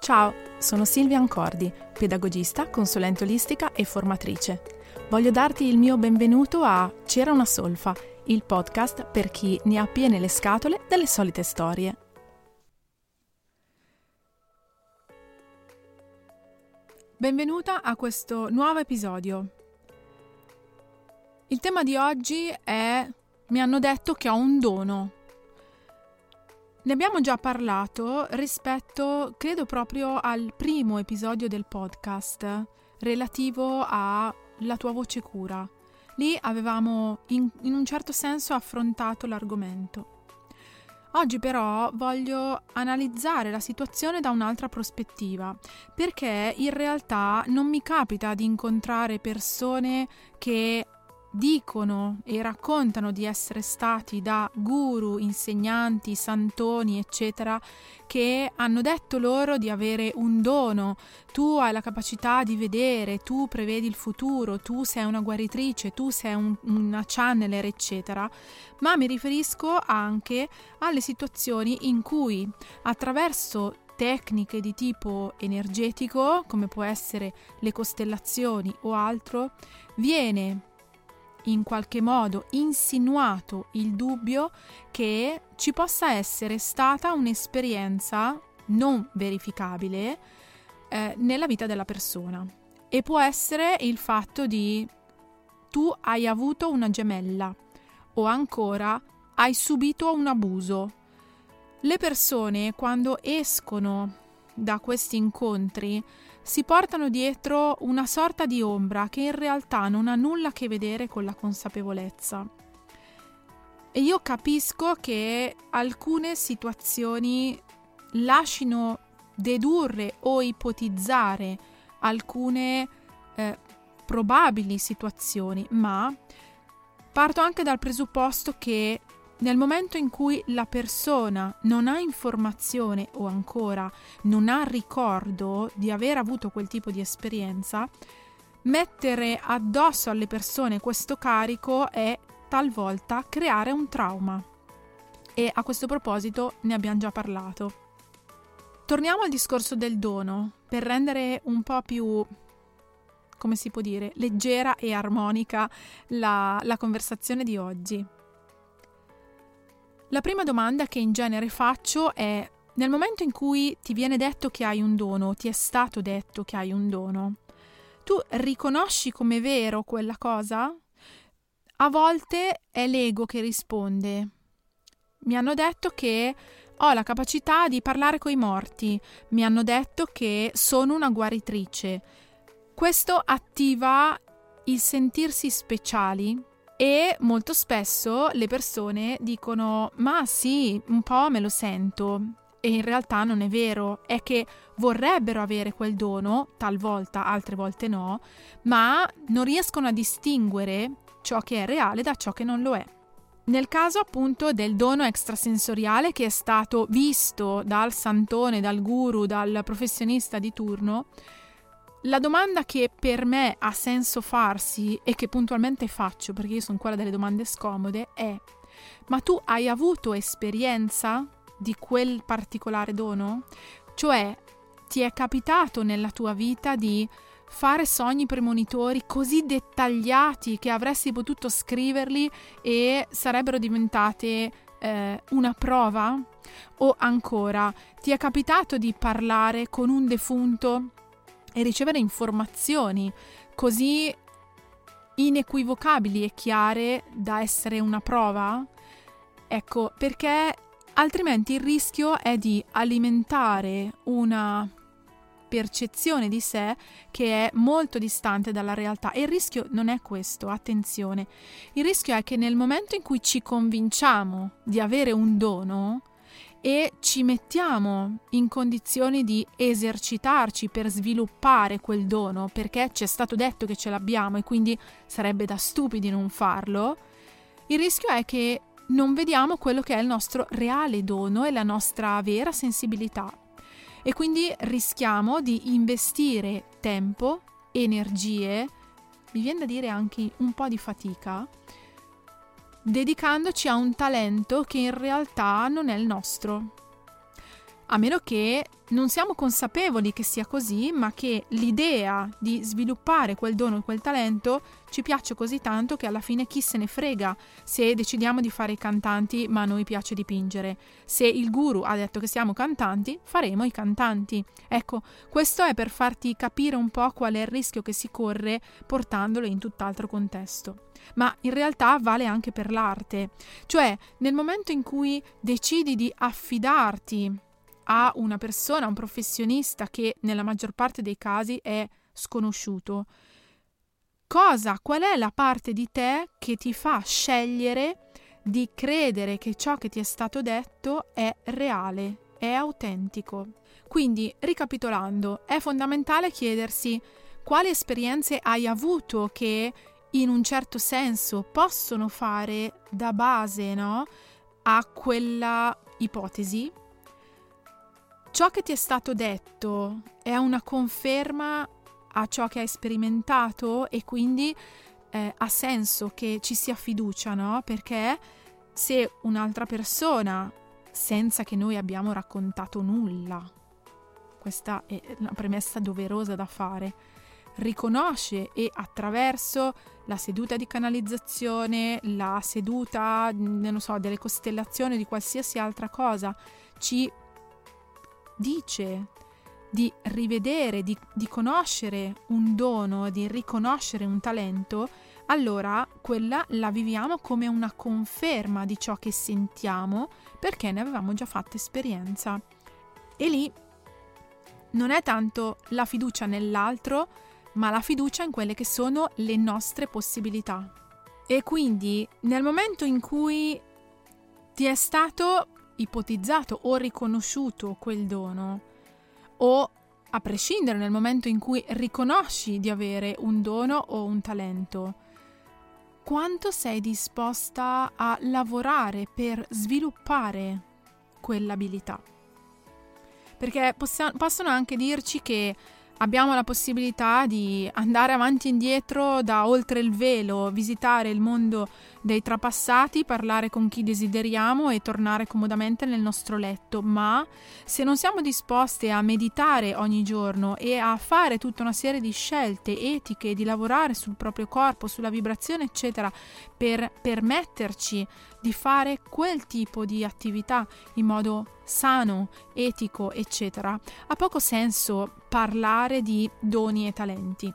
Ciao, sono Silvia Ancordi, pedagogista, consulente olistica e formatrice. Voglio darti il mio benvenuto a C'era una solfa, il podcast per chi ne ha piene le scatole delle solite storie. Benvenuta a questo nuovo episodio. Il tema di oggi è: mi hanno detto che ho un dono. Ne abbiamo già parlato rispetto, credo, proprio al primo episodio del podcast relativo alla tua voce cura. Lì avevamo in un certo senso affrontato l'argomento. Oggi però voglio analizzare la situazione da un'altra prospettiva, perché in realtà non mi capita di incontrare persone che dicono e raccontano di essere stati da guru, insegnanti, santoni, eccetera, che hanno detto loro di avere un dono. Tu hai la capacità di vedere, tu prevedi il futuro, tu sei una guaritrice, tu sei una channeler, eccetera. Ma mi riferisco anche alle situazioni in cui attraverso tecniche di tipo energetico, come può essere le costellazioni o altro, viene in qualche modo insinuato il dubbio che ci possa essere stata un'esperienza non verificabile nella vita della persona. E può essere il fatto di: tu hai avuto una gemella, o ancora hai subito un abuso. Le persone, quando escono da questi incontri, si portano dietro una sorta di ombra che in realtà non ha nulla a che vedere con la consapevolezza. E io capisco che alcune situazioni lascino dedurre o ipotizzare alcune probabili situazioni, ma parto anche dal presupposto che nel momento in cui la persona non ha informazione o ancora non ha ricordo di aver avuto quel tipo di esperienza, mettere addosso alle persone questo carico è talvolta creare un trauma. E a questo proposito ne abbiamo già parlato. Torniamo al discorso del dono per rendere un po' più, come si può dire, leggera e armonica la conversazione di oggi. La prima domanda che in genere faccio è: nel momento in cui ti viene detto che hai un dono, ti è stato detto che hai un dono, tu riconosci come vero quella cosa? A volte è l'ego che risponde. Mi hanno detto che ho la capacità di parlare coi morti, mi hanno detto che sono una guaritrice. Questo attiva il sentirsi speciali. E molto spesso le persone dicono: ma sì, un po' me lo sento. E in realtà non è vero, è che vorrebbero avere quel dono, talvolta, altre volte no, ma non riescono a distinguere ciò che è reale da ciò che non lo è. Nel caso appunto del dono extrasensoriale che è stato visto dal santone, dal guru, dal professionista di turno, la domanda che per me ha senso farsi e che puntualmente faccio, perché io sono quella delle domande scomode, è: ma tu hai avuto esperienza di quel particolare dono? Cioè, ti è capitato nella tua vita di fare sogni premonitori così dettagliati che avresti potuto scriverli e sarebbero diventate una prova? O ancora, ti è capitato di parlare con un defunto e ricevere informazioni così inequivocabili e chiare da essere una prova? Ecco, perché altrimenti il rischio è di alimentare una percezione di sé che è molto distante dalla realtà. E il rischio non è questo, attenzione. Il rischio è che nel momento in cui ci convinciamo di avere un dono e ci mettiamo in condizioni di esercitarci per sviluppare quel dono, perché ci è stato detto che ce l'abbiamo e quindi sarebbe da stupidi non farlo, il rischio è che non vediamo quello che è il nostro reale dono e la nostra vera sensibilità. E quindi rischiamo di investire tempo, energie, mi viene da dire anche un po' di fatica, dedicandoci a un talento che in realtà non è il nostro. A meno che non siamo consapevoli che sia così, ma che l'idea di sviluppare quel dono e quel talento ci piace così tanto che alla fine chi se ne frega se decidiamo di fare i cantanti ma a noi piace dipingere. Se il guru ha detto che siamo cantanti, faremo i cantanti. Ecco, questo è per farti capire un po' qual è il rischio che si corre portandolo in tutt'altro contesto. Ma in realtà vale anche per l'arte. Cioè, nel momento in cui decidi di affidarti a una persona, a un professionista che nella maggior parte dei casi è sconosciuto, qual è la parte di te che ti fa scegliere di credere che ciò che ti è stato detto è reale, è autentico? Quindi, ricapitolando, è fondamentale chiedersi quali esperienze hai avuto che in un certo senso possono fare da base, no, a quella ipotesi. Ciò che ti è stato detto è una conferma a ciò che hai sperimentato e quindi ha senso che ci sia fiducia, no? Perché se un'altra persona, senza che noi abbiamo raccontato nulla, questa è una premessa doverosa da fare, riconosce e attraverso la seduta di canalizzazione, la seduta, non so, delle costellazioni, di qualsiasi altra cosa, ci dice di rivedere, di conoscere un dono, di riconoscere un talento, allora quella la viviamo come una conferma di ciò che sentiamo perché ne avevamo già fatto esperienza. E lì non è tanto la fiducia nell'altro, ma la fiducia in quelle che sono le nostre possibilità. E quindi nel momento in cui ti è stato ipotizzato o riconosciuto quel dono, o a prescindere nel momento in cui riconosci di avere un dono o un talento, quanto sei disposta a lavorare per sviluppare quell'abilità? Perché possono anche dirci che abbiamo la possibilità di andare avanti e indietro da oltre il velo, visitare il mondo dei trapassati, parlare con chi desideriamo e tornare comodamente nel nostro letto, ma se non siamo disposte a meditare ogni giorno e a fare tutta una serie di scelte etiche, di lavorare sul proprio corpo, sulla vibrazione, eccetera, per permetterci di fare quel tipo di attività in modo sano, etico, eccetera, ha poco senso parlare di doni e talenti.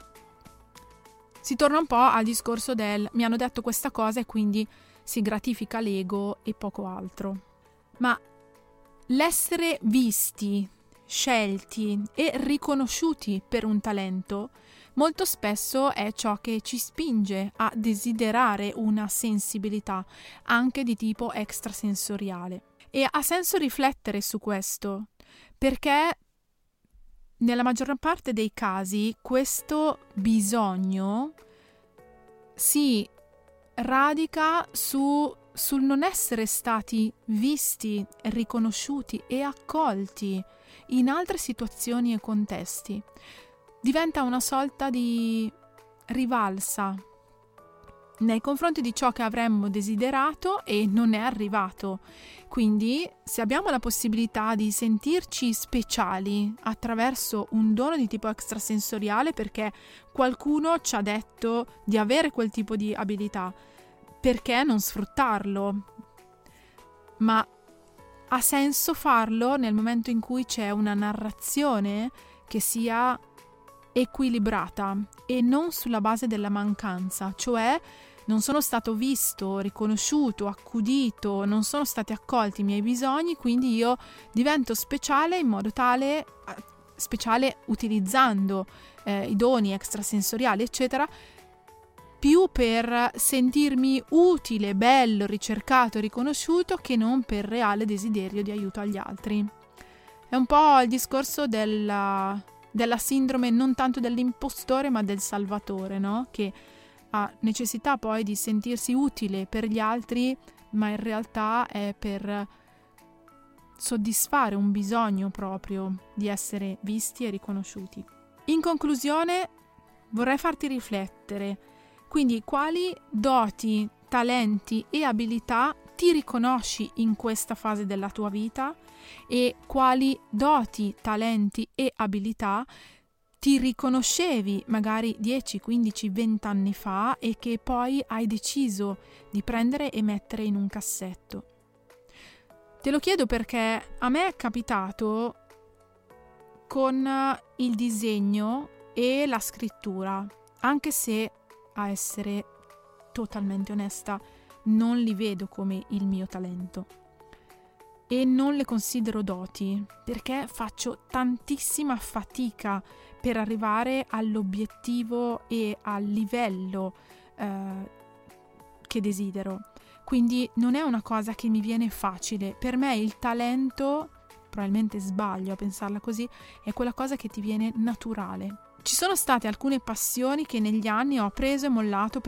Si torna un po' al discorso del mi hanno detto questa cosa e quindi si gratifica l'ego e poco altro. Ma l'essere visti, scelti e riconosciuti per un talento molto spesso è ciò che ci spinge a desiderare una sensibilità anche di tipo extrasensoriale. E ha senso riflettere su questo, perché nella maggior parte dei casi questo bisogno si radica sul non essere stati visti, riconosciuti e accolti in altre situazioni e contesti. Diventa una sorta di rivalsa nei confronti di ciò che avremmo desiderato e non è arrivato. Quindi, se abbiamo la possibilità di sentirci speciali attraverso un dono di tipo extrasensoriale perché qualcuno ci ha detto di avere quel tipo di abilità, perché non sfruttarlo? Ma ha senso farlo nel momento in cui c'è una narrazione che sia equilibrata e non sulla base della mancanza, cioè non sono stato visto, riconosciuto, accudito, non sono stati accolti i miei bisogni, quindi io divento speciale in modo tale, speciale utilizzando i doni extrasensoriali, eccetera, più per sentirmi utile, bello, ricercato, riconosciuto, che non per reale desiderio di aiuto agli altri. È un po' il discorso della sindrome non tanto dell'impostore ma del salvatore, no? Che ha necessità poi di sentirsi utile per gli altri, ma in realtà è per soddisfare un bisogno proprio di essere visti e riconosciuti. In conclusione, vorrei farti riflettere. Quindi, quali doti, talenti e abilità ti riconosci in questa fase della tua vita e quali doti, talenti e abilità ti riconoscevi magari 10, 15, 20 anni fa e che poi hai deciso di prendere e mettere in un cassetto. Te lo chiedo perché a me è capitato con il disegno e la scrittura, anche se, a essere totalmente onesta, non li vedo come il mio talento e non le considero doti, perché faccio tantissima fatica per arrivare all'obiettivo e al livello che desidero. Quindi non è una cosa che mi viene facile. Per me il talento, probabilmente sbaglio a pensarla così, è quella cosa che ti viene naturale. Ci sono state alcune passioni che negli anni ho preso e mollato.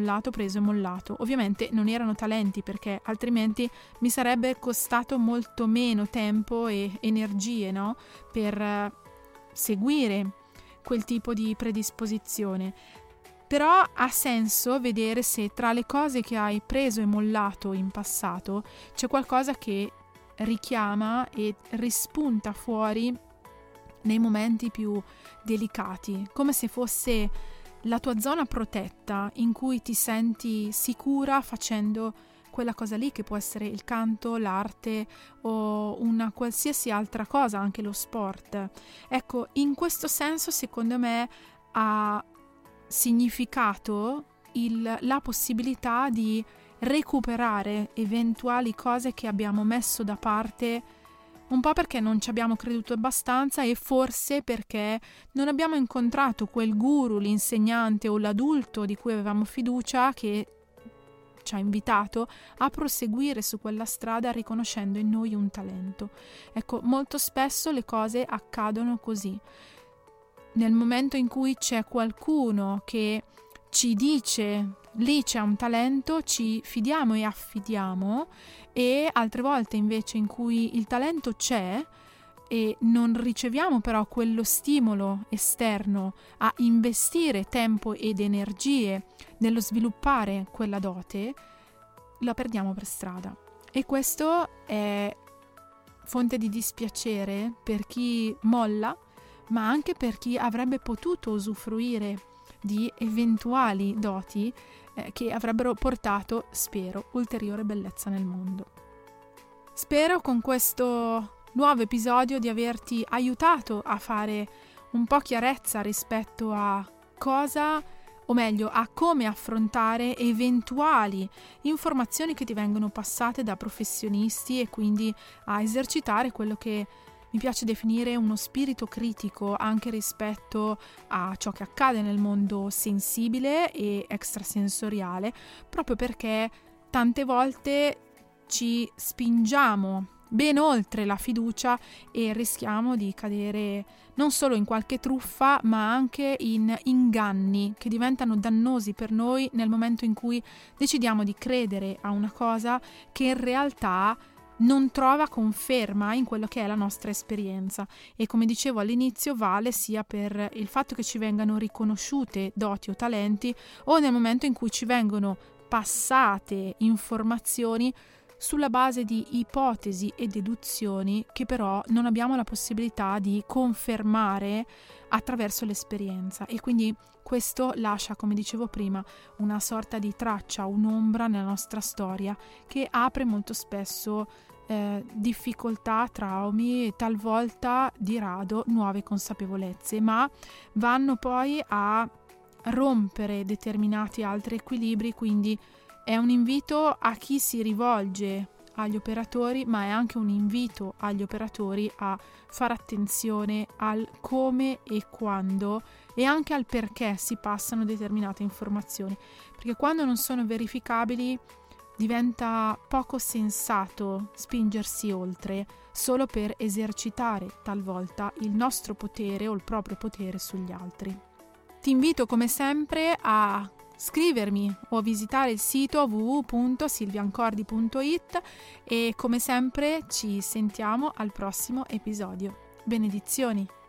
Ovviamente non erano talenti, perché altrimenti mi sarebbe costato molto meno tempo e energie, no? Per seguire quel tipo di predisposizione. Però ha senso vedere se tra le cose che hai preso e mollato in passato c'è qualcosa che richiama e rispunta fuori nei momenti più delicati, come se fosse la tua zona protetta in cui ti senti sicura facendo quella cosa lì, che può essere il canto, l'arte o una qualsiasi altra cosa, anche lo sport. Ecco, in questo senso secondo me ha significato la possibilità di recuperare eventuali cose che abbiamo messo da parte, un po' perché non ci abbiamo creduto abbastanza e forse perché non abbiamo incontrato quel guru, l'insegnante o l'adulto di cui avevamo fiducia, che ci ha invitato a proseguire su quella strada riconoscendo in noi un talento. Ecco, molto spesso le cose accadono così. Nel momento in cui c'è qualcuno che ci dice lì c'è un talento, ci fidiamo e affidiamo, e altre volte invece in cui il talento c'è e non riceviamo però quello stimolo esterno a investire tempo ed energie nello sviluppare quella dote, la perdiamo per strada. E questo è fonte di dispiacere per chi molla, ma anche per chi avrebbe potuto usufruire di eventuali doti che avrebbero portato, spero, ulteriore bellezza nel mondo. Spero con questo nuovo episodio di averti aiutato a fare un po' chiarezza rispetto a cosa, o meglio, a come affrontare eventuali informazioni che ti vengono passate da professionisti, e quindi a esercitare quello che mi piace definire uno spirito critico anche rispetto a ciò che accade nel mondo sensibile e extrasensoriale, proprio perché tante volte ci spingiamo ben oltre la fiducia e rischiamo di cadere non solo in qualche truffa, ma anche in inganni che diventano dannosi per noi nel momento in cui decidiamo di credere a una cosa che in realtà non trova conferma in quello che è la nostra esperienza. E come dicevo all'inizio, vale sia per il fatto che ci vengano riconosciute doti o talenti, o nel momento in cui ci vengono passate informazioni sulla base di ipotesi e deduzioni che però non abbiamo la possibilità di confermare attraverso l'esperienza. E quindi questo lascia, come dicevo prima, una sorta di traccia, un'ombra nella nostra storia che apre molto spesso difficoltà, traumi e talvolta di rado nuove consapevolezze, ma vanno poi a rompere determinati altri equilibri. Quindi è un invito a chi si rivolge agli operatori, ma è anche un invito agli operatori a fare attenzione al come e quando e anche al perché si passano determinate informazioni, perché quando non sono verificabili diventa poco sensato spingersi oltre solo per esercitare talvolta il nostro potere o il proprio potere sugli altri. Ti invito come sempre a scrivermi o a visitare il sito www.silviancordi.it e come sempre ci sentiamo al prossimo episodio. Benedizioni!